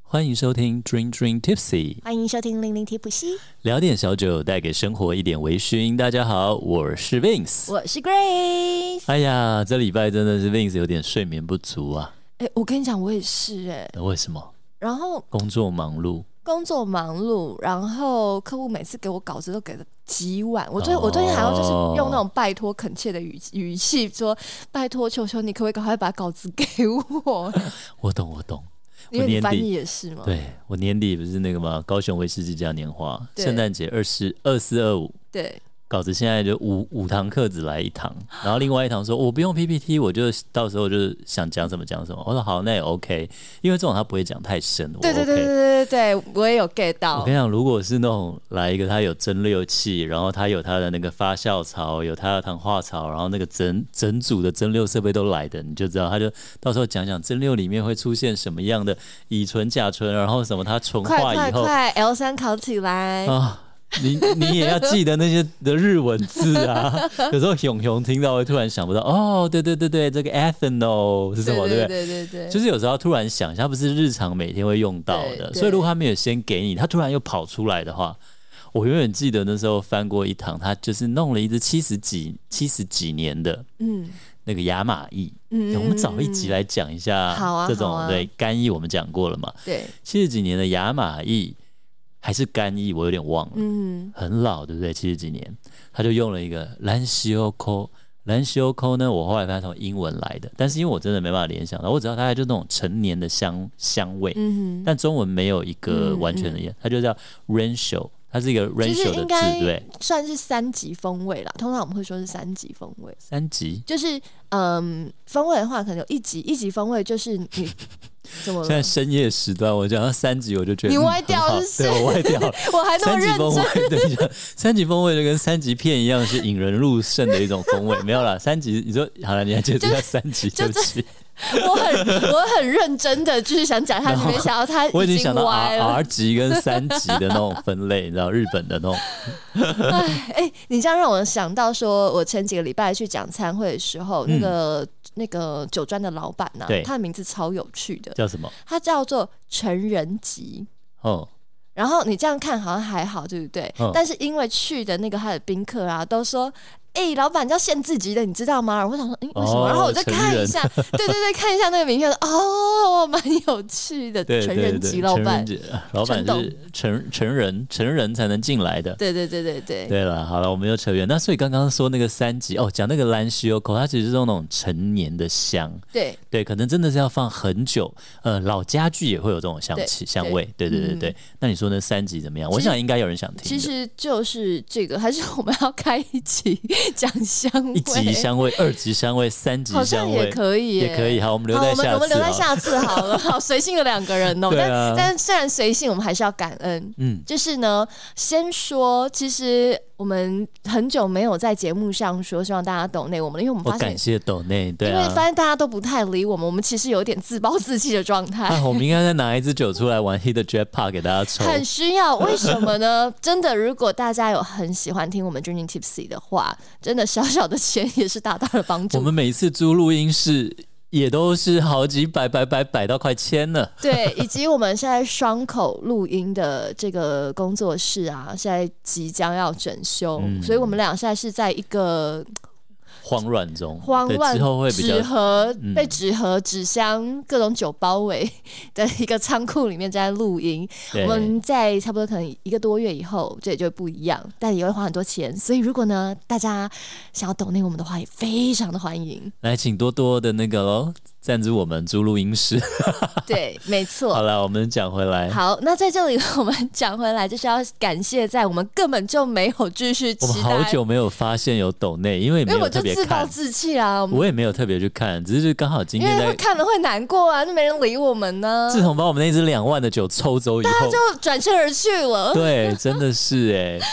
欢迎收听 Dream Dream Tipsy， 欢迎收听零零提普西， 聊点小酒，带给生活一点微醺。大家好，我是 Vince， 我是 Grace。 哎呀，这礼拜真的是 Vince 有点睡眠不足啊。 我跟你讲，我也是为什么？ 然后工作忙碌， 然后客户每次给我稿子都给的极晚，我最近还要就是用那种拜托恳切的语气说，拜托求求你可不可以赶快把稿子给我。 我懂。 因为你翻译也是吗？ 对，我年底不是那个吗？高雄威士忌嘉年华，圣诞节24、25， 对， 稿子现在就五堂课只来一堂，然后另外一堂说我不用 PPT， 我就到时候就是想讲什么讲什么。我说好，那也 OK， 因为这种他不会讲太深。 对，我也有 get 到。 我跟你讲，如果是那种来一个他有蒸馏器，然后他有他的那个发酵槽，有他的糖化槽，然后那个整组的蒸馏设备都来的，你就知道他就到时候讲蒸馏里面会出现什么样的乙醇、甲醇，然后什么它纯化以后， 快 L3 考起来啊！你也要记得那些的日文字啊。有时候熊听到会突然想不到，哦，对，这个 ethanol 是什么？对，就是有时候突然想，它不是日常每天会用到的，所以如果他没有先给你，他突然又跑出来的话，我永远记得那时候翻过一堂，他就是弄了一支70几年的，那个亚马邑，我们找一集来讲一下这种，对，干邑我们讲过了嘛，对，70几年的亚马邑。还是干邑，我有点忘了，很老，对不对？70几年，他就用了一个兰西欧扣呢，我后来发现从英文来的，但是因为我真的没办法联想到，我只知道大概就那种陈年的香味，但中文没有一个完全的，它就叫 Rancho， 它是一个 Rancho 的字，对， 算是3级风味啦。通常我们会说是3级风味。 3级就是风味的话，可能有一级风味就是你。怎么了？ 现在深夜时段，我讲到3级，我就觉得你歪掉是对，我歪掉， 我还那么认真。 对，3级风味就跟3级片一样，是引人入胜的一种风味。没有啦，3级，你说好了，你还记得这叫3级？对不起。 我很认真的，就是想讲他，没想到他我已经想到歪了 R 级跟3级的那种分类，你知道日本的那种。 你这样让我想到说，我前几个礼拜去讲餐会的时候，那个酒庄的老板啊，他的名字超有趣的， 叫什么？ 他叫做陈仁吉。然后你这样看好像还好，对不对？但是因为去的那个他的宾客啊，都说。老板叫限制级的，你知道吗？我想说，为什么？然后我就看一下，对，看一下那个名片，蛮有趣的。陈仁吉老板， 老板是成人才能进来的。 对。 对了，好了，我们又扯远。那所以刚刚说那个3级讲那个兰西欧口，它其实是那种陈年的香。对，可能真的是要放很久。老家具也会有这种香味。对。那你说那3级怎么样？我想应该有人想听。 其实就是这个，还是我们要开一集。讲香味 ，1级香味、2级香味、3级香味， 好像也可以耶， 也可以。好，我们留在下次。 我们留在下次好了。好，随性的2个人哦。 对啊。 但虽然随性，我们还是要感恩。就是呢，先说，其实我们很久没有在节目上说希望大家抖内我们，因为我们发现感谢抖内，对啊， 因为发现大家都不太理我们，我们其实有点自暴自弃的状态。 我们应该再拿一支酒出来玩 Hit the Jackpot 给大家抽， 很需要。为什么呢？真的，如果大家有很喜欢听我们 Drinking Tipsy 的话，真的小小的钱也是大大的帮助。 我们每次租录音室也都是好几百到快1000了。 对，以及我们现在双口录音的这个工作室啊，现在即将要整修，所以我们俩现在是在一个慌乱中， 之后会比较被纸盒、纸箱、各种酒包围的一个仓库里面在录音。我们在差不多可能1个多月以后，这也就不一样，但也会花很多钱。所以如果呢大家想要抖内我们的话，也非常的欢迎。 来，请多多的那个咯。赞助我们租录音室。 对，没错。 好了，我们讲回来。 好，那在这里我们讲回来，就是要感谢在我们根本就没有继续期待。 我们好久没有发现有抖内，因为没有特别看， 因为我就自暴自弃啦。 我也没有特别去看，只是刚好今天因为看了会难过啊，就没人理我们呢。 自从把我们那支2万的酒抽走以后， 大家就转身而去了。 对，真的是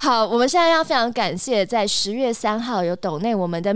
好，我们现在要非常感谢在10月3号有抖内我们的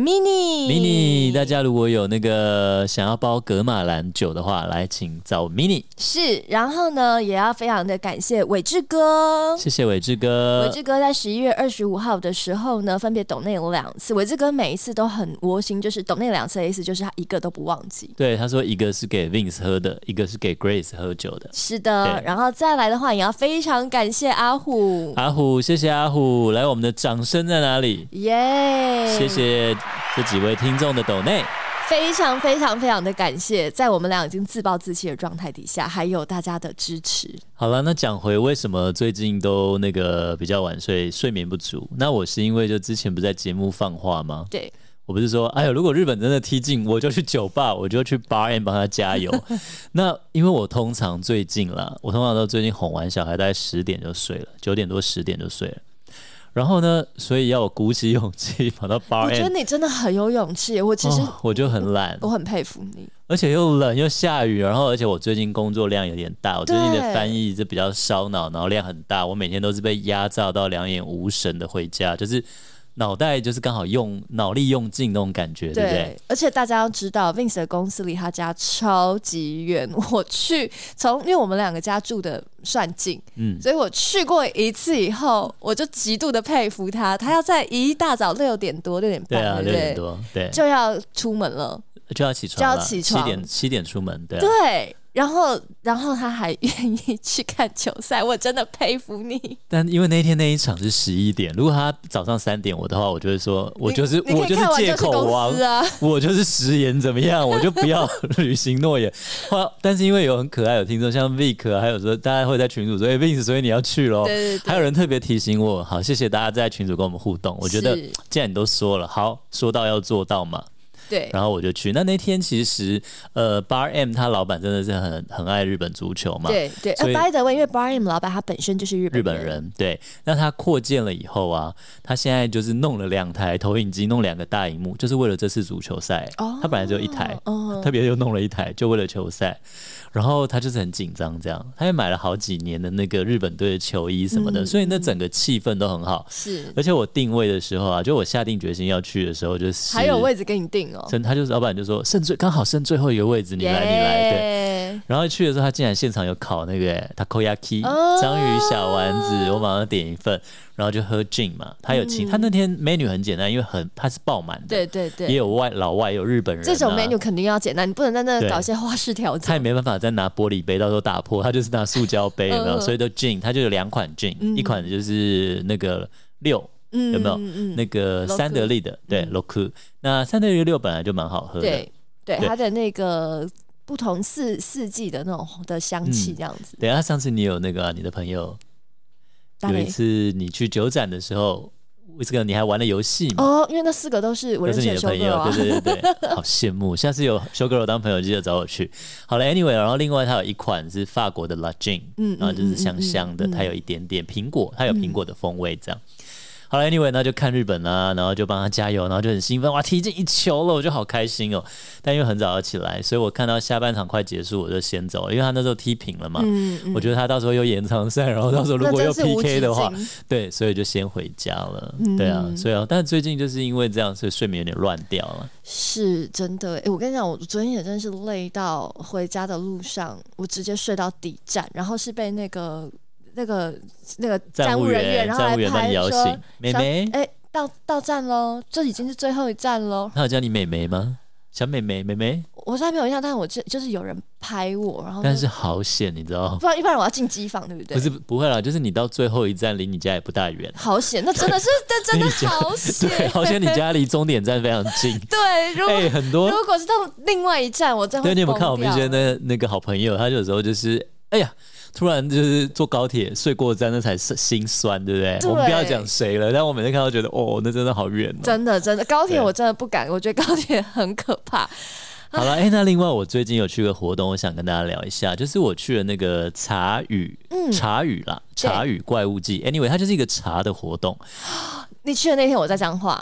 mini， 大家如果有那个想要包格马兰酒的话，来请找 mini。 是，然后呢，也要非常的感谢伟志哥， 谢谢伟志哥。 伟志哥在11月25号的时候呢，分别抖内有2次，伟志哥每一次都很窝心，就是抖内2次的意思就是他一个都不忘记。 对，他说一个是给 Vince 喝的，一个是给 Grace 喝酒的。 是的，然后再来的话，也要非常感谢阿虎， 谢谢阿虎，来，我们的掌声在哪里？ 耶！ 谢谢这几位听众的抖内。 非常非常非常的感谢，在我们俩已经自暴自弃的状态底下，还有大家的支持。 好了，那讲回为什么最近都那个比较晚睡，睡眠不足？那我是因为就之前不是在节目放话吗？ 对， 我不是说，哎呦，如果日本真的踢进，我就去酒吧，我就去 Bar M 帮他加油。那因为我通常最近都最近哄完小孩，大概10点就睡了，9点多10点就睡了。然后呢，所以要我鼓起勇气跑到 Bar M。我觉得你真的很有勇气，我其实、 我就很懒， 我很佩服你。 而且又冷又下雨，然后而且我最近工作量有点大，我最近的翻译就比较烧脑，然后量很大，我每天都是被压榨到2眼无神的回家，就是脑袋就是刚好脑力用尽那种感觉，对不对？ 而且大家要知道 Vince 的公司离他家超级远，我去因为我们2个家住的算近，所以我去过1次以后，我就极度的佩服他，他要在一大早6点多6点半， 对啊，6点多，对， 就要出门了， 就要起床了，7点出门，对啊， 对。然后他还愿意去看球赛，我真的佩服你。 但因为那天那一场是11点，如果他早上3点的话，我就会说，我就是借口王啊，我就是食言怎么样，我就不要履行诺言。但是因为有很可爱的听众，像 Vic 啊，还有说大家会在群组说，Vince，所以你要去咯。对，还有人特别提醒我，好，谢谢大家在群组跟我们互动。我觉得既然你都说了，好，说到要做到嘛。 对， 然后我就去。那天其实Bar M 他老板真的是很爱日本足球嘛。 对对。by the way， 因为 Bar M 老板他本身就是日本人。对。那他扩建了以后啊，他现在就是弄了2台投影机，弄2个大荧幕，就是为了这次足球赛。他本来只有1台，特别又弄了1台，就为了球赛。然后他就是很紧张，这样，他也买了好几年的那个日本队的球衣什么的，所以那整个气氛都很好。 是， 而且我定位的时候啊，就我下定决心要去的时候，就是还有位置给你定哦。 他就是老板就说刚好剩最后一个位置，你来，对。然后去的时候，他竟然现场有烤那个 takoyaki 章鱼小丸子，我马上点1份。然后就喝 gin 嘛，他有他那天 menu 很简单，因为他是爆满的，对，也有老外，也有日本人， 这种 menu 肯定要简单，你不能在那搞一些花式调整。 他也没办法再拿玻璃杯，到时候打破，他就是拿塑胶杯，有没有？所以都 gin， 他就有2款 gin，一款就是那个6，有没有？那个三得利的，对 ，Roku， 那三得利6本来就蛮好喝的， 对，它的那个不同四季的那种的香气，这样子。 对啊，上次你有那个你的朋友。有一次你去酒展的时候，这个你还玩了游戏嘛？因为那4个都是我认识的朋友啊， 对，好羡慕。下次有修 girl 当朋友，记得找我去。好了 ，anyway， 然后另外它有一款是法国的 La Gin， 然后就是香香的，它有一点点苹果，它有苹果的风味这样。好了 ，anyway， 那就看日本啊，然后就帮他加油，然后就很兴奋，哇，踢进1球了，我就好开心哦。但因为很早要起来，所以我看到下半场快结束，我就先走了，因为他那时候踢平了嘛。我觉得他到时候又延长赛，然后到时候如果又 PK 的话，对，所以就先回家了。对啊，所以但最近就是因为这样，所以睡眠有点乱掉了。 是真的，我跟你讲，我昨天也真是累到回家的路上，我直接睡到底站，然后是被那个站务人员，然后来拍说：“妹妹，到站喽，这已经是最后一站喽。” 他有叫你妹妹吗？小妹妹， 我现在没有印象，但是我就是有人拍我，然后但是好险，你知道？ 不然一般人我要进机房，对不对？ 不会啦，就是你到最后一站离你家也不大远。 好险，那真的是，真的好险， 对，好险，你家离终点站非常近。 对， 很多。 如果是到另外一站，我真的会疯掉。 对，你有没有看我们一些那个好朋友？他有时候就是，哎呀。突然就是坐高铁睡过站，那才心酸，对不对？我们不要讲谁了，但我每次看到觉得，那真的好远哦。 真的，高铁我真的不敢，我觉得高铁很可怕。 好了，那另外我最近有去个活动，我想跟大家聊一下，就是我去了那个茶语啦，茶语怪物季。Anyway， 它就是一个茶的活动。 你去的那天我在彰化。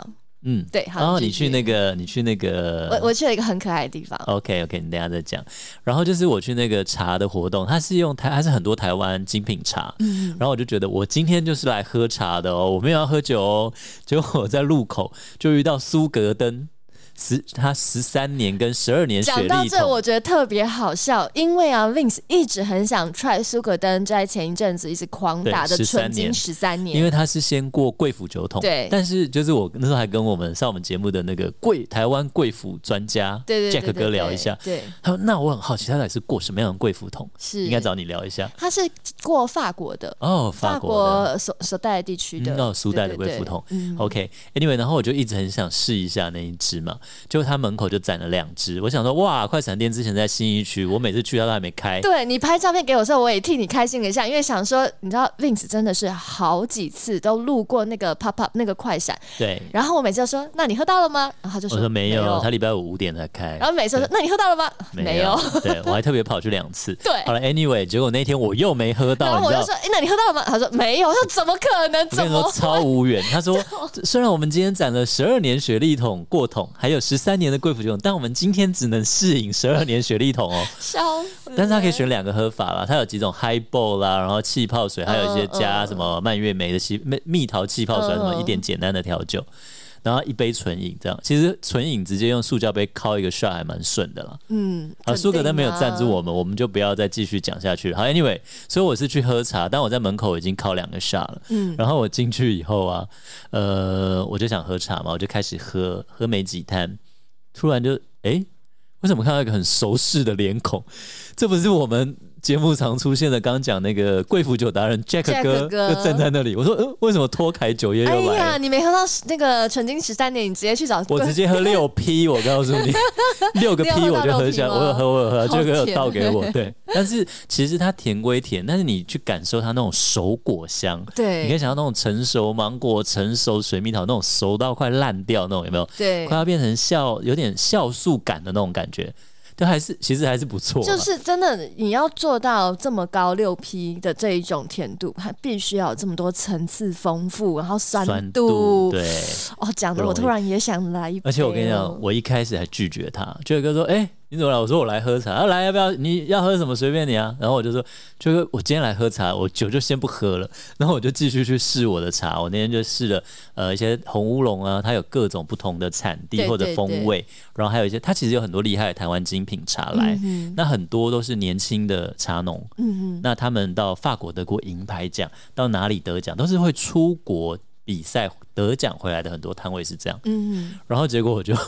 对。 然后你去那个， 我去了一个很可爱的地方。 OK， 你等一下再讲。然后就是我去那个茶的活动，它是很多台湾精品茶，然后我就觉得我今天就是来喝茶的哦，我没有要喝酒哦。结果我在路口就遇到苏格登。他13年跟12年雪莉桶。 讲到这，我觉得特别好笑，因为啊 ，Vince 一直很想 try 苏格登，在前一阵子一直狂打的纯金13年， 因为他是先过贵府酒桶， 对。 但是就是我那时候还跟上我们节目的那个台湾贵府专家 Jack 哥聊一下， 对。 他说：“那我很好奇，他到底是过什么样的贵府桶？ 是应该找你聊一下。” 他是过法国的哦， 法国所带地区的苏代的贵府桶。OK，Anyway， 然后我就一直很想试一下那一支嘛。就他门口就展了2只，我想说哇，快闪店之前在信义区，我每次去他都还没开。 对，你拍照片给我的时候，我也替你开心了一下，因为想说，你知道 Vince 真的是好几次都路过那个 pop up 那个快闪， 对。 然后我每次就说，那你喝到了吗？然后他就说， 我说没有，他礼拜5点才开。 然后每次说，那你喝到了吗？没有。 对，我还特别跑去2次。 对。 好了 ，Anyway， 结果那天我又没喝到， 然后我就说，那你喝到了吗？他说没有。我说怎么可能？ 我跟你说超无缘。他说，虽然我们今天展了12年雪莉桶过桶，还有13年的贵府酒桶，但我们今天只能试饮12年雪莉桶哦， 笑死！ 但是他可以选2个喝法啦，他有几种 highball 啦，然后气泡水，还有一些加什么蔓越莓的蜜桃气泡水，什么一点简单的调酒，然后1杯纯饮这样。其实纯饮直接用塑胶杯敲一个 shot 还蛮顺的啦。苏格登没有赞助我们就不要再继续讲下去了。好 ，Anyway， 所以我是去喝茶，但我在门口已经敲2个 shot 了。然后我进去以后啊，我就想喝茶嘛，我就开始喝没几摊，突然就为什么看到一个很熟悉的脸孔？这不是我们节目常出现的，刚刚讲那个贵府酒达人 Jack 哥就站在那里。我说，为什么脱凯酒业又来了？ 哎呀，你没喝到那个纯金13年，你直接去找我直接喝6批，我告诉你，6个批我就喝下，我有喝，Jack 哥有倒给我。对，但是其实它甜归甜，但是你去感受它那种熟果香， 对， 你可以想到那种成熟芒果、成熟水蜜桃那种熟到快烂掉那种，有没有？ 对， 快要变成有点酵素感的那种感觉。就其实还是不错， 就是真的，你要做到这么高6批的这一种甜度，它必须要有这么多层次丰富，然后酸度， 对， 讲的我突然也想来一杯。 而且我跟你讲，我一开始还拒绝他，就有哥说，你怎么来？我说我来喝茶，来要不要？你要喝什么随便你啊。然后我就说，就是我今天来喝茶，我酒就先不喝了。然后我就继续去试我的茶。我那天就试了一些红乌龙啊，它有各种不同的产地或者风味，然后还有一些它其实有很多厉害的台湾精品茶来，那很多都是年轻的茶农，那他们到法国、德国银牌奖，到哪里得奖，都是会出国比赛得奖回来的，很多摊位是这样。然后结果我就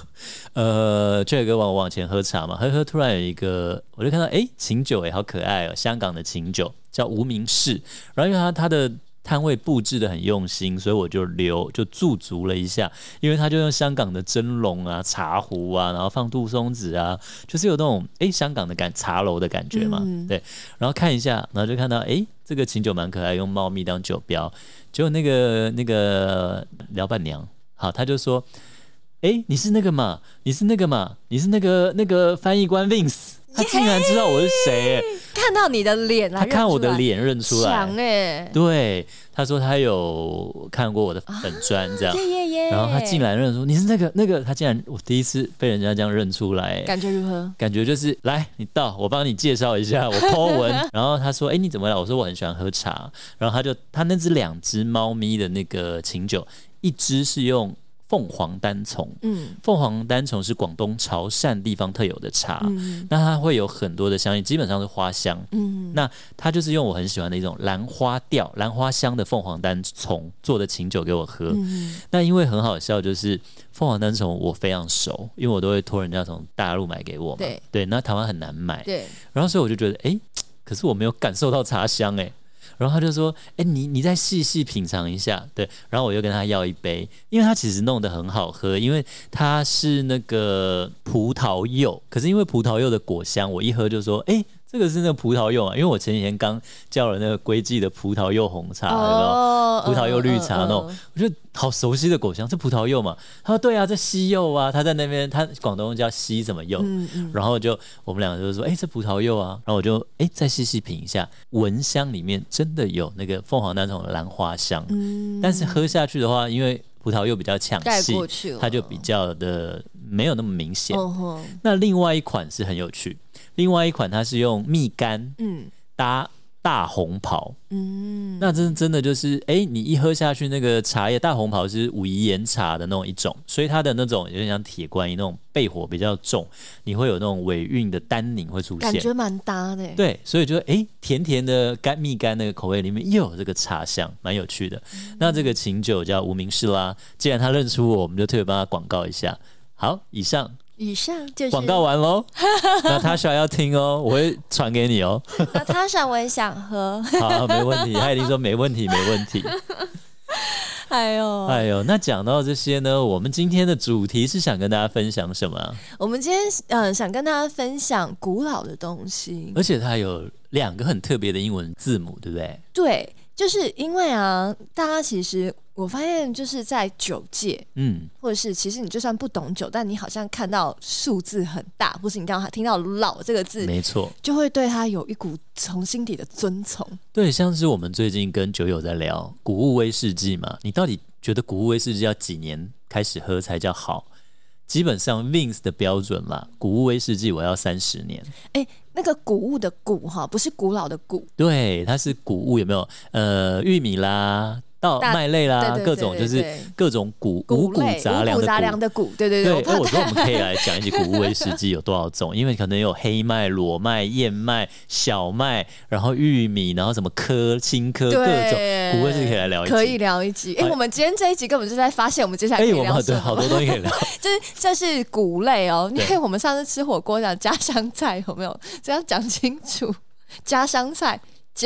Jack 哥往前喝茶嘛，喝突然有一个，我就看到琴酒好可爱哦，香港的琴酒叫无名氏，然后因为他的摊位布置的很用心，所以我就驻足了一下，因为他就用香港的蒸笼啊、茶壶啊，然后放杜松子啊，就是有那种香港的茶楼的感觉嘛，对。然后看一下，然后就看到这个琴酒蛮可爱，用猫咪当酒标。结果那个老板娘，好，他就说，你是那个嘛？你是那个翻译官 Vince。他竟然知道我是谁， 看到你的脸啊， 他看我的脸认出来， 强对，他说他有看过我的粉专这样，然后他竟然认出你是那个，他竟然我第一次被人家这样认出来， 感觉如何？ 感觉就是来，你到，我帮你介绍一下，我 po 文，然后他说，你怎么来？我说我很喜欢喝茶，然后他那2只猫咪的那个琴酒，一只是用凤凰单丛，凤凰单丛是广东潮汕地方特有的茶，那它会有很多的香气，基本上是花香，那它就是用我很喜欢的一种兰花香的凤凰单丛做的琴酒给我喝，那因为很好笑，就是凤凰单丛我非常熟，因为我都会托人家从大陆买给我嘛，对，那台湾很难买，对，然后所以我就觉得，可是我没有感受到茶香，然后他就说，你再细细品尝一下，对，然后我又跟他要一杯，因为他其实弄得很好喝，因为它是那个葡萄柚，可是因为葡萄柚的果香，我一喝就说，这个是那个葡萄柚啊，因为我前几天刚叫了那个龟记的葡萄柚红茶，有没有？葡萄柚绿茶那种，我觉得好熟悉的果香，是葡萄柚嘛？他说对啊，这西柚啊，他在那边，他广东叫西什么柚，然后我们两个就说，这葡萄柚啊，然后我就再细细品一下，闻香里面真的有那个凤凰单丛的兰花香，但是喝下去的话，因为葡葡萄柚比较抢戏，它就比较的没有那么明显。那另外一款是很有趣，另外一款它是用蜜柑搭大红袍，那真的就是，你一喝下去那个茶叶，大红袍是武夷岩茶的那种一种，所以它的那种有点像铁观音那种焙火比较重，你会有那种尾韵的单宁会出现， 感觉蛮搭的。 对，所以就甜甜的蜜柑那个口味里面又有这个茶香，蛮有趣的。那这个琴酒叫无名氏啦，既然他认出我们就特别帮他广告一下。好，以上就是广告完喽。那Tasha要听哦，我会传给你哦。 那Tasha我也想喝。 好，没问题。他一定说没问题，没问题。 哎呦， 那讲到这些呢，我们今天的主题是想跟大家分享什么？ 我们今天想跟大家分享古老的东西， 而且它有2个很特别的英文字母，对不对？ 对，就是因为大家其实我发现就是在酒界，或者是其实你就算不懂酒，但你好像看到数字很大，或是你刚刚听到老这个字， 没错， 就会对它有一股从心底的尊崇。 对，像是我们最近跟酒友在聊谷物威士忌嘛，你到底觉得谷物威士忌要几年开始喝才叫好？基本上 Vince 的标准啦，谷物威士忌我要30年。 那个谷物的谷不是古老的谷， 对，它是谷物，有没有？玉米啦。到麦类啦，各种就是各种五谷杂粮的谷，对。 我说我们可以来讲一集谷物威士忌有多少种，因为可能有黑麦、裸麦、燕麦、小麦，然后玉米，然后什么青稞，各种谷物威士忌可以来聊一集， 可以聊一集。我们今天这一集根本就在发现我们接下来可以聊什么， 好多东西可以聊。 就是这是谷类哦，因为我们上次吃火锅讲家乡菜，有没有？这样讲清楚，家乡菜。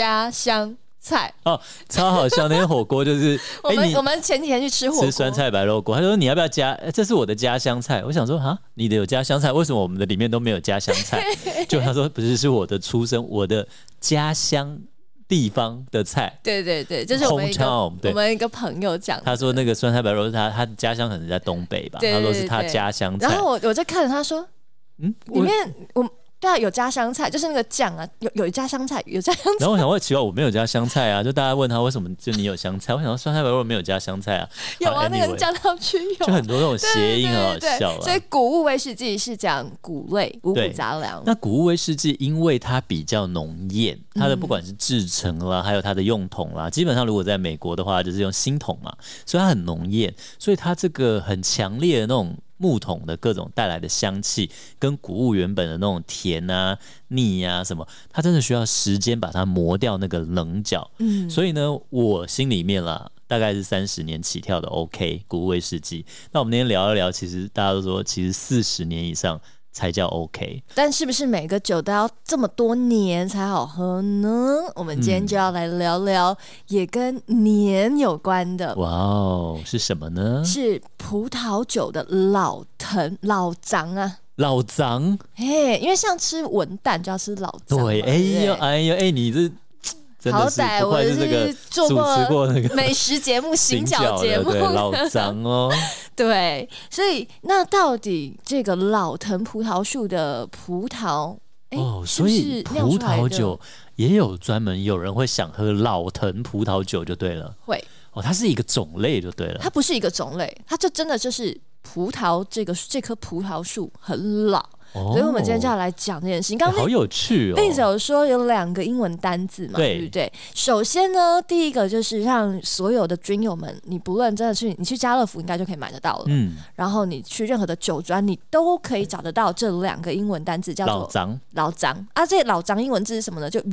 超好笑！那天火锅就是我们前几天去吃火锅， 吃酸菜白肉锅，他说你要不要加？这是我的家乡菜。我想说你的有家乡菜，为什么我们的里面都没有家乡菜？就他说不是我的出生，我的家乡地方的菜。对， 就是我们一个朋友讲， 他说那个酸菜白肉是他的家乡可能在东北吧，他说是他家乡菜。 然后我就看着他说，里面对啊，有加香菜，就是那个酱啊，有加香菜，有加香菜。 然后我想问，奇怪，我没有加香菜啊，就大家问他为什么就你有香菜，我想说酸菜白肉没有加香菜啊。 有啊，那个酱上去有， 就很多那种谐音很好笑。 所以谷物威士忌是讲谷类五谷杂粮。 那谷物威士忌因为它比较浓艳，它的不管是制成啦，还有它的用桶啦，基本上如果在美国的话，就是用新桶嘛，所以它很浓艳，所以它这个很强烈的那种木桶的各种带来的香气，跟谷物原本的那种甜啊、腻啊什么，它真的需要时间把它磨掉那个棱角。所以呢，我心里面啦，大概是30年起跳的 OK 谷物威士忌。那我们那天聊一聊，其实大家都说，其实40年以上才叫 OK， 但是不是每个酒都要这么多年才好喝呢？我们今天就要来聊聊也跟年有关的。 哇哦，是什么呢？ 是葡萄酒的老藏啊。 老藏， 因为像吃文旦就要吃老藏。 对，哎呦，你这。 好歹我是做过那个美食节目、行脚节目， 对，老张哦。 对，所以那到底这个老藤葡萄树的葡萄， 所以葡萄酒也有专门有人会想喝老藤葡萄酒就对了。 会它是一个种类就对了。 它不是一个种类，它就真的就是葡萄这棵葡萄树很老。所以我们今天就要来讲这件事情。刚刚好有趣哦。 Vince有说有2个英文单字嘛，对不对？首先呢，第一个就是让所有的军友们，你不论真的你去家乐福应该就可以买得到了。然后你去任何的酒庄，你都可以找得到这2个英文单字，叫做老藏啊。这老藏英文字是什么呢？就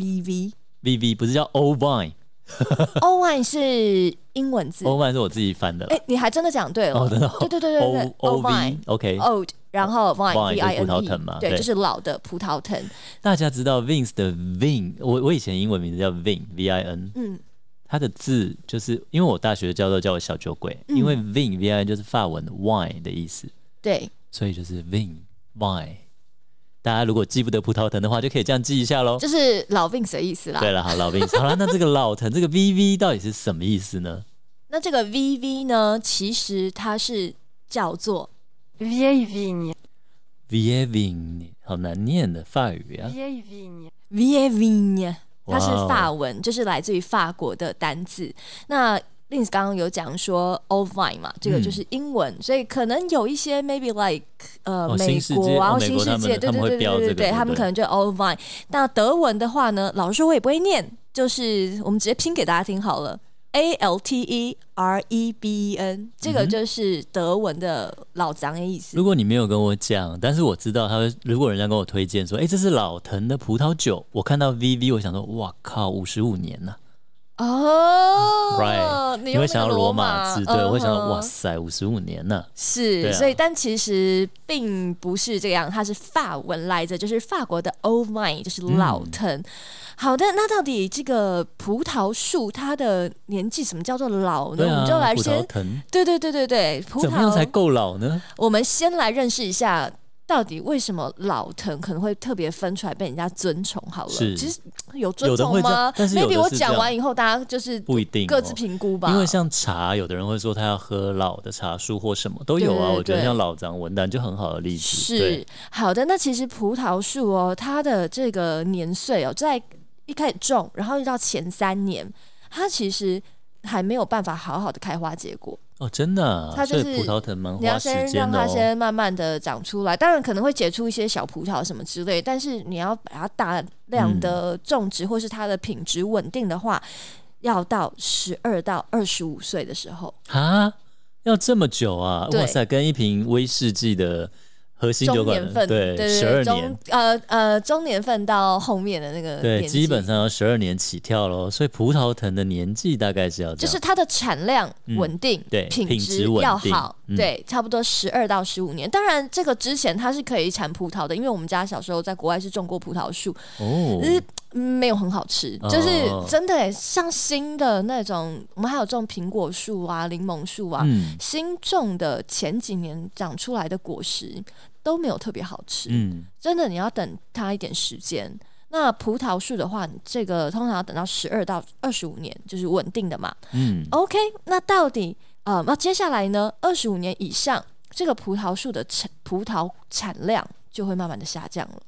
VV 不是叫 Old Vine。Old Vine 是英文字 ，Old Vine 是我自己翻的。 你还真的讲对了。 真的。 对 Old Vine OK Old， 然后 Vine VINE 葡萄藤嘛， 对，就是老的葡萄藤。 大家知道 Vince 的 Vin， 我以前英文名字叫 Vin，它的字就是因为我大学的教授叫我小酒鬼，因为 Vin 就是法文的 wine 的意思， 对， 所以就是 Vin。大家如果记不得葡萄藤的话，就可以这样记一下咯， 就是老 Vince 的意思啦。 对了，好，老 Vince。好了，那这个老藤这个 VV 到底是什么意思呢？ 那这个 VV 呢，其实它是叫做 Vieille Vigne， 好难念的法语啊。 Vieille Vigne， 它是法文，就是来自于法国的单字。那 Lins 刚刚有讲说 Old Vine 嘛，这个就是英文，所以可能有一些 maybe like 美国啊，新世界，对对对对对对，他们可能就 Old Vine。那德文的话呢，老实说我也不会念，就是我们直接拼给大家听好了。ALTEREBEN 这个就是德文的老张的意思。 如果你没有跟我讲，但是我知道如果人家跟我推荐说，这是老藤的葡萄酒，我看到 VV 我想说，哇靠，55年了。right， 你会想到罗马字，对，我会想到哇塞，55年了。 是，所以但其实并不是这样，它是法文来着，就是法国的 Old Vine， 就是老藤。好的，那到底这个葡萄树它的年纪什么叫做老呢？我们就来先，对，葡萄怎么样才够老呢？ 我们先来认识一下。到底为什么老藤可能会特别分出来被人家尊崇？好了，其实有尊崇吗？ 但是 maybe 我讲完以后，大家就是不一定各自评估吧。 因为像茶，有的人会说他要喝老的茶树或什么都有啊。我觉得像老张文旦就很好的例子。 是好的，那其实葡萄树哦，它的这个年岁哦，在一开始种，然后到前3年，它其实还没有办法好好的开花结果。 真的啊， 它就是所以葡萄藤蛮花时间的。 你要先让它先慢慢的长出来，当然可能会结出一些小葡萄什么之类，但是你要把它大量的种植，或是它的品质稳定的话，要到12到25岁的时候啊，要这么久啊！哇塞，跟一瓶威士忌的核心酒馆对12年， 中年份到后面的那个对，基本上要12年起跳咯。所以葡萄藤的年纪大概是要这样， 就是它的产量稳定， 对， 品质要好，对，差不多12到15年。当然，这个之前它是可以产葡萄的，因为我们家小时候在国外是种过葡萄树，没有很好吃，就是真的像新的那种，我们还有种苹果树啊、柠檬树啊，新种的前几年长出来的果实都没有特别好吃，真的你要等它一点时间。那葡萄树的话，这个通常要等到12到25年，就是稳定的嘛。OK， 那到底那接下来呢？25年以上，这个葡萄树的葡萄产量就会慢慢的下降了。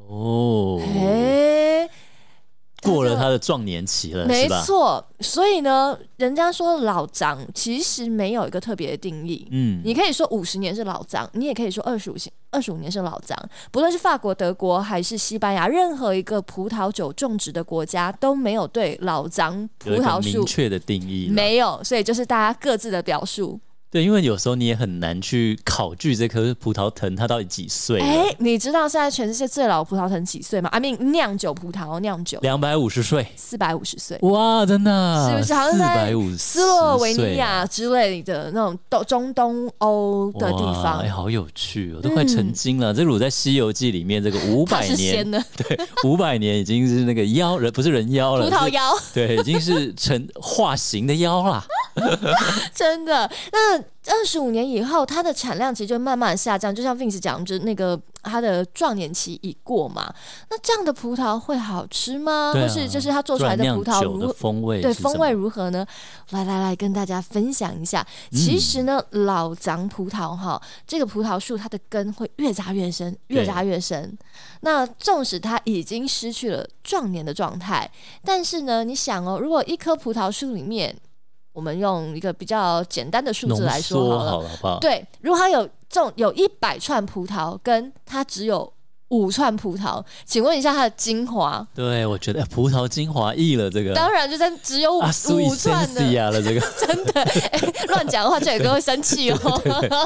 过了他的壮年期了， 没错。所以呢，人家说老张其实没有一个特别的定义。你可以说50年是老张，你也可以说25年是老张。不论是法国、德国还是西班牙，任何一个葡萄酒种植的国家都没有对老张葡萄树明确的定义， 没有，所以就是大家各自的表述。 对，因为有时候你也很难去考据这棵葡萄藤它到底几岁。 你知道现在全世界最老的葡萄藤几岁吗？I mean 酿酒葡萄酿酒 250岁 ，450岁。 哇，真的？ 是不是？好像在 450 斯洛维尼亚之类的那种中东欧的地方。 好有趣哦，都快成精了。这如果在《西游记》里面，这个500年，对，500年已经是那个妖人，不是人妖了， 葡萄妖， 对，已经是化形的妖啦。 真的。那25年以后，它的产量其实就慢慢下降，就像 Vince 讲，就是那个它的壮年期已过嘛。那这样的葡萄会好吃吗？或是就是它做出来的葡萄的风味， 对，风味如何呢？来跟大家分享一下。其实呢，老张葡萄哈，这个葡萄树它的根会越扎越深，越扎越深。那纵使它已经失去了壮年的状态，但是呢，你想哦，如果一棵葡萄树里面，我们用一个比较简单的数字来说好了， 好不好？ 对，如果它有100串葡萄，跟它只有5串葡萄，请问一下它的精华？ 对，我觉得葡萄精华溢了这个， 当然就在只有5串的了这个， 真的乱讲的话，这哥会生气哦。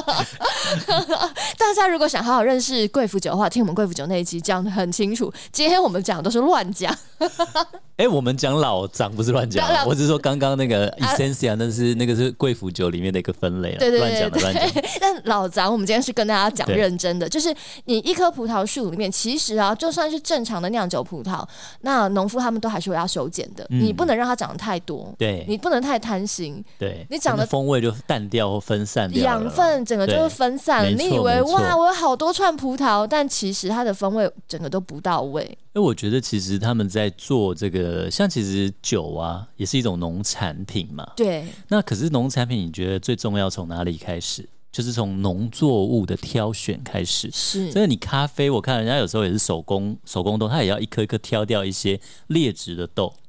大家如果想好好认识贵腐酒的话，听我们贵腐酒那一集讲得很清楚。今天我们讲的都是乱讲。 我们讲老张不是乱讲，我只是说刚刚那个 Essencia 那个是贵腐酒里面的一个分类了， 对， 乱讲。 但老张，我们今天是跟大家讲认真的，就是你一棵葡萄树里面，其实啊，就算是正常的酿酒葡萄，那农夫他们都还是会要修剪的，你不能让它长得太多， 对， 你不能太贪心， 对， 你长得风味就淡掉或分散掉了， 养分整个就会分散了。你以为哇，我有好多串葡萄，但其实它的风味整个都不到位。 我觉得其实他们在做这个，像其实酒啊，也是一种农产品嘛。 对。那可是农产品，你觉得最重要从哪里开始？就是从农作物的挑选开始。 是。 所以你咖啡，我看人家有时候也是手工豆，他也要一颗一颗挑掉一些劣质的豆。 对。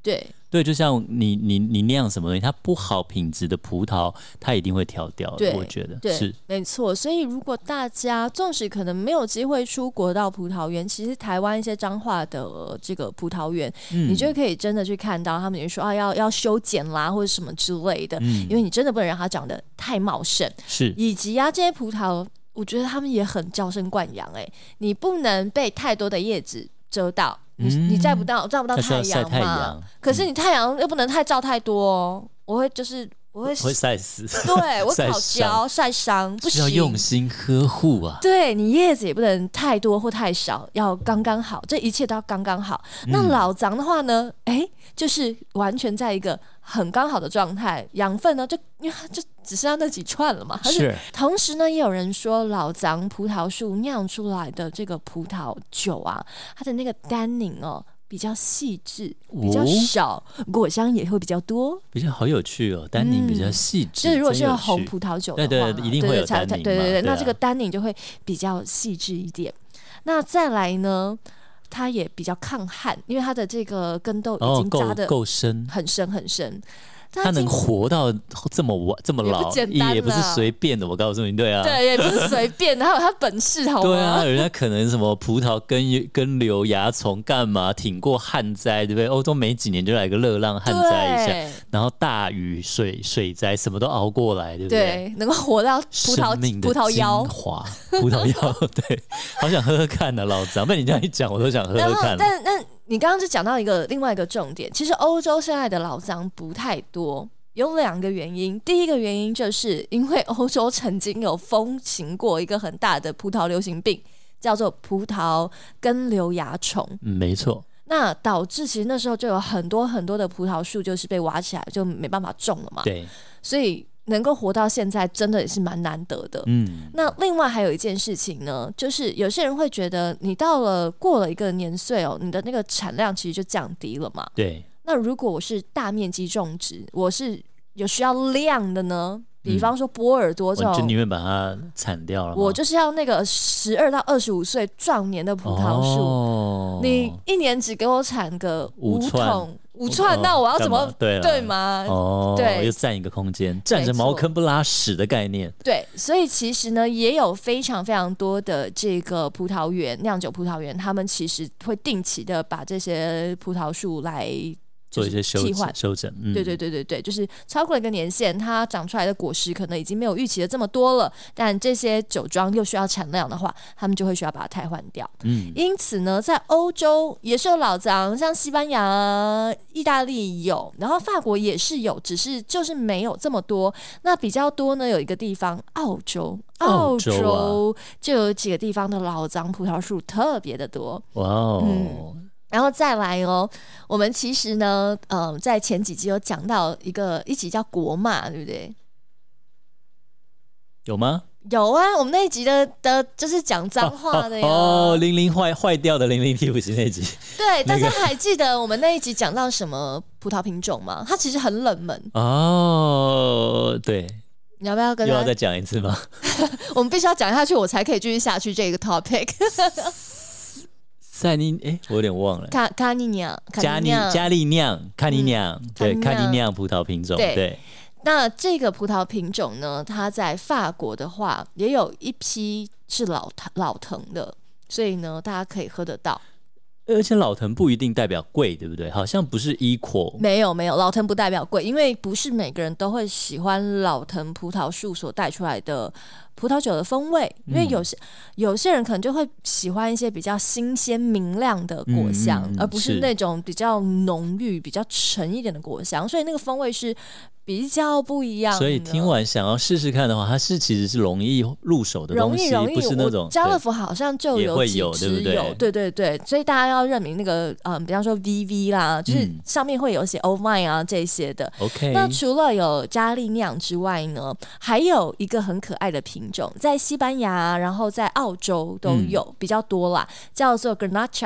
对，就像你酿什么东西，它不好品质的葡萄，它一定会挑掉的。我觉得对， 是没错。所以如果大家纵使可能没有机会出国到葡萄园，其实台湾一些彰化的这个葡萄园，你就可以真的去看到他们就说啊要修剪啦或者什么之类的，因为你真的不能让它长得太茂盛， 是以及啊这些葡萄，我觉得他们也很娇生惯养你不能被太多的叶子遮到。你照不到太阳嘛？可是你太阳又不能太照太多我会晒死， 对我烤焦晒伤，不行， 要用心呵护啊。 对你叶子也不能太多或太少，要刚刚好，这一切都要刚刚好。那老欉的话呢，就是完全在一个很刚好的状态，养分呢就因为它就只剩下那几串了嘛。 是。 同时呢，也有人说老欉葡萄树酿出来的这个葡萄酒啊，它的那个单宁比较细致，比较少，果香也会比较多， 比较好有趣单宁比较细致。 就是如果是红葡萄酒的话， 对，一定会有单宁嘛。 对，那这个单宁就会比较细致一点。那再来呢？它也比较抗旱，因为它的这个根豆已经扎得够深， 很深很深。 它能活到这么老，也不是随便的。我告诉你，对啊， 对，也不是随便的，还有它本事，好吗？ 对啊，人家可能什么葡萄根瘤蚜虫干嘛，挺过旱灾，对不对？欧洲没几年就来个热浪旱灾一下，然后大雨水灾什么都熬过来，对不对？ 对，能够活到葡萄腰， 葡萄腰，对，好想喝喝看呢，老张。被你这样一讲，我都想喝喝看。 但你刚刚就讲到另外一个重点，其实欧洲现在的老欉不太多，有2个原因。第一个原因就是因为欧洲曾经有风行过一个很大的葡萄流行病，叫做葡萄根瘤蚜虫。 没错。 那导致其实那时候就有很多很多的葡萄树就是被挖起来，就没办法种了嘛。 对， 所以能够活到现在真的也是蛮难得的。那另外还有一件事情呢，就是有些人会觉得你过了一个年岁你的那个产量其实就降低了嘛。 对。 那如果我是大面积种植，我是有需要量的呢，比方说波尔多这种， 就宁愿把它铲掉了吗？ 我就是要那个12到25岁壮年的葡萄树，你1年只给我产个5串，那我要怎么对吗？对， 又占一个空间，占着茅坑不拉屎的概念。 对，所以其实呢，也有非常非常多的这个葡萄园、酿酒葡萄园，他们其实会定期的把这些葡萄树来做一些修整。 对，就是超过了一个年限，它长出来的果实可能已经没有预期的这么多了，但这些酒庄又需要产量的话，他们就会需要把它汰换掉。因此呢，在欧洲也是有老欉，像西班牙、意大利有，然后法国也是有，只是就是没有这么多。那比较多呢，有一个地方澳洲就有几个地方的老欉葡萄树特别的多。 哇哦！ 然后再来我们其实呢，在前几集有讲到一集叫国骂，对不对？ 有吗？ 有啊，我们那一集的就是讲脏话的哟。零零坏掉的00替补席那一集。 对，大家还记得我们那一集讲到什么葡萄品种吗？它其实很冷门对。 你要不要又要再讲一次吗？ 我们必须要讲下去，我才可以继续下去这个 topic。 我有点忘了。 卡尼酿， 加利酿，卡尼酿，对，卡尼酿葡萄品种，对。 那这个葡萄品种呢，它在法国的话，也有一批是老藤的，所以呢，大家可以喝得到。 而且老藤不一定代表贵，对不对？好像不是 equal。 没有，老藤不代表贵，因为不是每个人都会喜欢老藤葡萄树所带出来的葡萄酒的风味，因为有些人可能就会喜欢一些比较新鲜明亮的果香，而不是那种比较浓郁、比较沉一点的果香，所以那个风味是比较不一样的。 所以听完想要试试看的话，它其实是容易入手的东西，不是那种家乐福好像就有几支有，对，所以大家要认明那个比方说 VV 啦，就是上面会有写 Old Vine 啊这些的。 OK， 那除了有加利酿之外呢，还有一个很可爱的品种，在西班牙，然后在澳洲都有比较多啦，叫做 Grenache。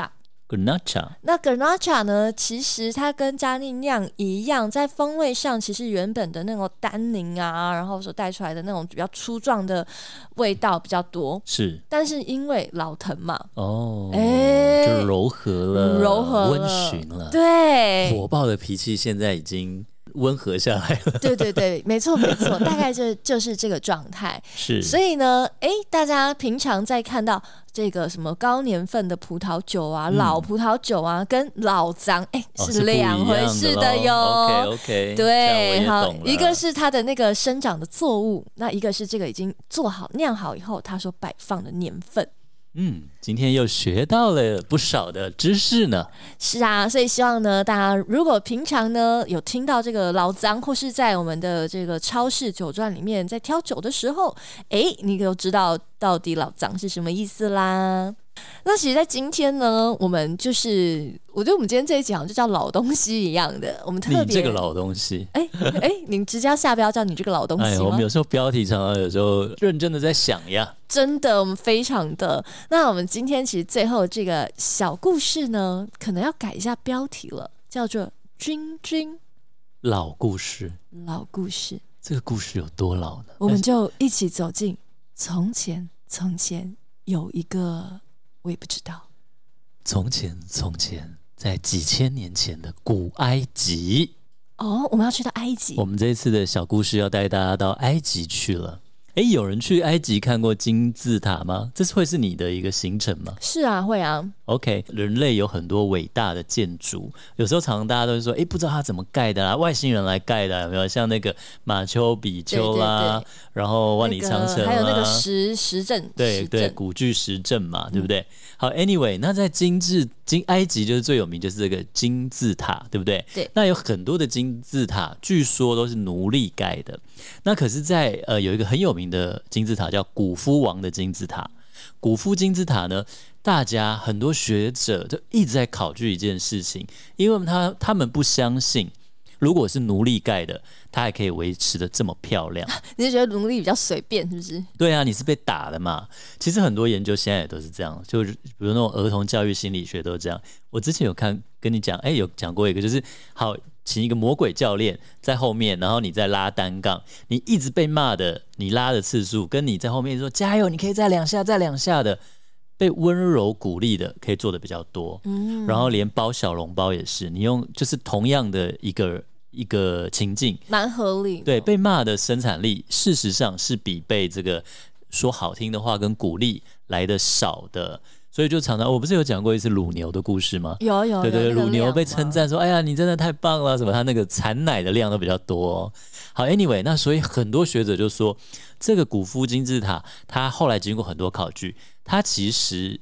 Garnacha， 那 Garnacha 呢？其实它跟加利酿一样，在风味上其实原本的那种单宁啊，然后所带出来的那种比较粗壮的味道比较多。 是， 但是因为老藤嘛， 就柔和了，温驯了。 对， 火爆的脾气现在已经温和下来了。 对对对，没错没错，大概就是这个状态。 是， 所以呢，大家平常在看到这个什么高年份的葡萄酒啊、老葡萄酒啊，跟老藏是两回事的哟。 OK， 对，好，一个是它的那个生长的作物，那一个是这个已经做好酿好以后，它所摆放的年份。 今天又学到了不少的知识呢。 是啊，所以希望呢，大家如果平常呢有听到这个老藏，或是在我们的这个超市酒庄里面在挑酒的时候，你就知道到底老藏是什么意思啦。那其实在今天呢，我们就是我觉得我们今天这一集好像就叫老东西一样的，我们特别你这个老东西， 你直接要下标叫你这个老东西吗？ 我们有时候标题常常有时候认真的在想呀， 真的我们非常的。那我们今天其实最后这个小故事呢，可能要改一下标题了，叫做君君老故事。 老故事， 这个故事有多老呢？ 我们就一起走进从前有一个我也不知道。 从前，在几千年前的古埃及。 我们要去到埃及。 我们这一次的小故事要带大家到埃及去了。有人去埃及看过金字塔吗？这会是你的一个行程吗？ 是啊，会啊。 OK， 人类有很多伟大的建筑，有时候常常大家都会说，不知道它怎么盖的啦，外星人来盖的，有没有？像那个马丘比丘啦，对，然后万里长城啦， 还有那个石阵， 对，古巨石阵嘛，对不对？好 ，Anyway， 那在埃及就是最有名，就是这个金字塔，对不对？ 对。 那有很多的金字塔，据说都是奴隶盖的。那可是在，有一个很有名的金字塔叫古夫王的金字塔。古夫金字塔呢，大家很多学者就一直在考据一件事情，因为他们不相信，如果是奴隶盖的，它还可以维持的这么漂亮。 你是觉得奴隶比较随便，是不是？ 对啊，你是被打的嘛。其实很多研究现在也都是这样，就是比如那种儿童教育心理学都是这样。我之前有跟你讲，有讲过一个，就是好，请一个魔鬼教练在后面，然后你在拉单杠，你一直被骂的，你拉的次数跟你在后面说加油，你可以再两下的，被温柔鼓励的可以做的比较多。然后连包小笼包也是，你用就是同样的一个情境， 蛮合理的。 对，被骂的生产力事实上是比被这个说好听的话跟鼓励来的少的。所以就常常，我不是有讲过一次乳牛的故事吗？ 有， 对，乳牛被称赞说，哎呀，你真的太棒了，什么，它那个产奶的量都比较多。好 ，anyway， 那所以很多学者就说，这个古夫金字塔，它后来经过很多考据，它其实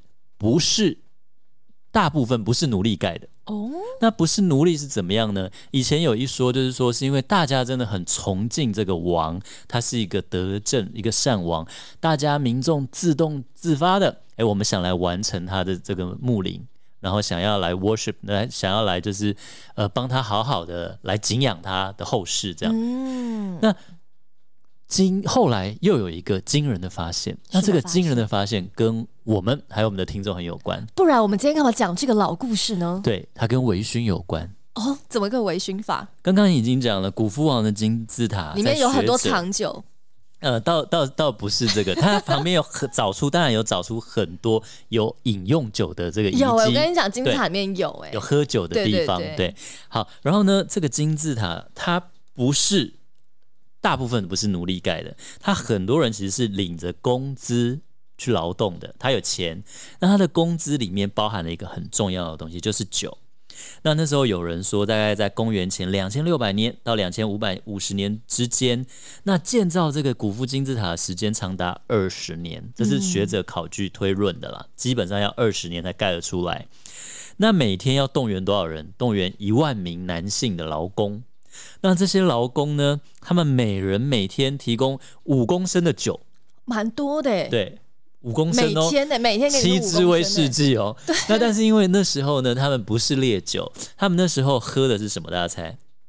大部分不是奴隶盖的。那不是奴隶是怎么样呢？以前有一说，就是说是因为大家真的很崇敬这个王，他是一个德政，一个善王，大家民众自动自发的，我们想来完成他的这个牧灵，然后想要来 worship， 想要来就是帮他好好的来敬仰他的后世这样。那后来又有一个惊人的发现，那这个惊人的发现跟我们还有我们的听众很有关， 不然我们今天干嘛讲这个老故事呢？ 对，它跟微醺有关。 怎么个微醺法？ 刚刚已经讲了，古夫王的金字塔里面有很多藏酒。 倒不是这个，它旁边当然有找出很多有饮用酒的这个遗迹。 我跟你讲，金字塔里面有有喝酒的地方。对，好，然后呢，这个金字塔它大部分不是奴隶盖的，他很多人其实是领着工资去劳动的，他有钱，那他的工资里面包含了一个很重要的东西，就是酒。那时候有人说，大概在公元前2600年到2550年之间，那建造这个古夫金字塔的时间长达20年，这是学者考据推论的啦，基本上要20年才盖得出来。那每天要动员多少人？动员1万名男性的劳工。那这些劳工呢，他们每人每天提供5公升的酒， 蛮多的耶。 对，5公升每天 7支威士忌那但是因为那时候呢，他们不是烈酒，他们那时候喝的是什么？大家猜？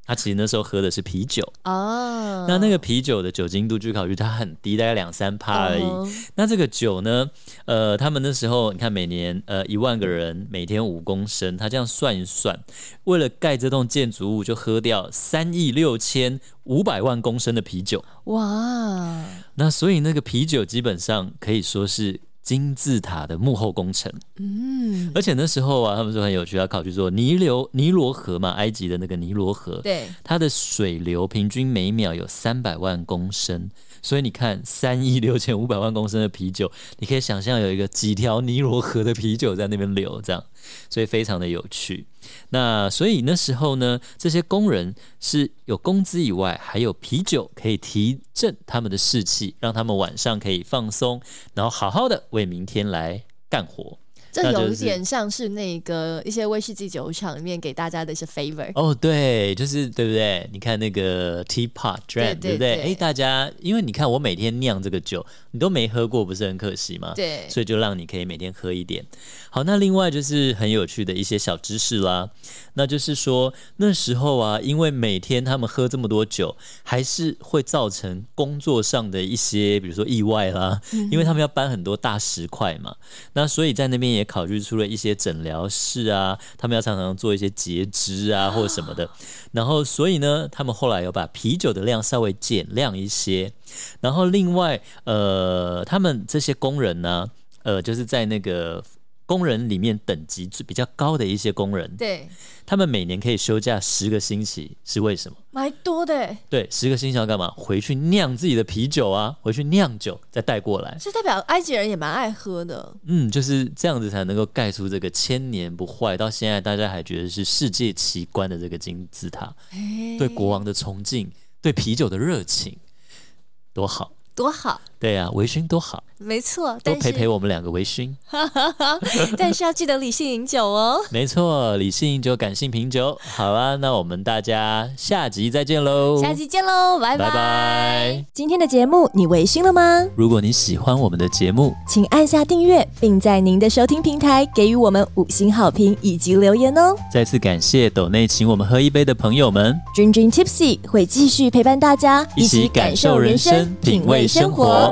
他其实那时候喝的是啤酒哦。那个啤酒的酒精度据考据它很低，大概2-3%而已。那这个酒呢，他们那时候你看每年1万个人每天5公升，他这样算一算，为了盖这栋建筑物就喝掉3.65亿万公升的啤酒。哇！那所以那个啤酒基本上可以说是金字塔的幕后工程。而且那时候啊，他们说很有趣，他考据说尼罗河嘛，埃及的那个尼罗河， 对， 它的水流平均每秒有300万公升。所以你看3.65亿万公升的啤酒，你可以想象有一个几条尼罗河的啤酒在那边流，这样，所以非常的有趣。那所以那时候呢，这些工人是有工资以外，还有啤酒可以提振他们的士气，让他们晚上可以放松，然后好好的为明天来干活。 这有一点像是那个一些威士忌酒厂里面给大家的一些 favor 哦，对，就是对不对？你看那个 teapot dram， 对不对？大家因为你看我每天酿这个酒，你都没喝过，不是很可惜吗？ 对， 所以就让你可以每天喝一点。好，那另外就是很有趣的一些小知识啦，那就是说那时候啊，因为每天他们喝这么多酒，还是会造成工作上的一些，比如说意外啦，因为他们要搬很多大石块嘛，那所以在那边也考虑出了一些诊疗室啊，他们要常常做一些截肢啊或者什么的，然后所以呢，他们后来有把啤酒的量稍微减量一些，然后另外他们这些工人呢，就是在那个工人里面等级比较高的一些工人， 对， 他们每年可以休假10个星期，是为什么？ 蛮多的。对 ，10个星期要干嘛？回去酿自己的啤酒啊，回去酿酒再带过来， 是代表埃及人也蛮爱喝的。 就是这样子才能够盖出这个千年不坏，到现在大家还觉得是世界奇观的这个金字塔。对国王的崇敬，对啤酒的热情，多好。 多好， 对啊，微醺多好， 没错， 多陪我们2个微醺。 但是要记得理性饮酒哦。 没错，理性饮酒，感性品酒。好啊，那我们大家下集再见喽！ 下集见喽，拜拜拜拜。 今天的节目你微醺了吗？ 如果你喜欢我们的节目， 请按下订阅，并在您的收听平台给予我们5星好评以及留言哦。 再次感谢斗内请我们喝一杯的朋友们。 Dream Tipsy 会继续陪伴大家， 一起感受人生，品味生活。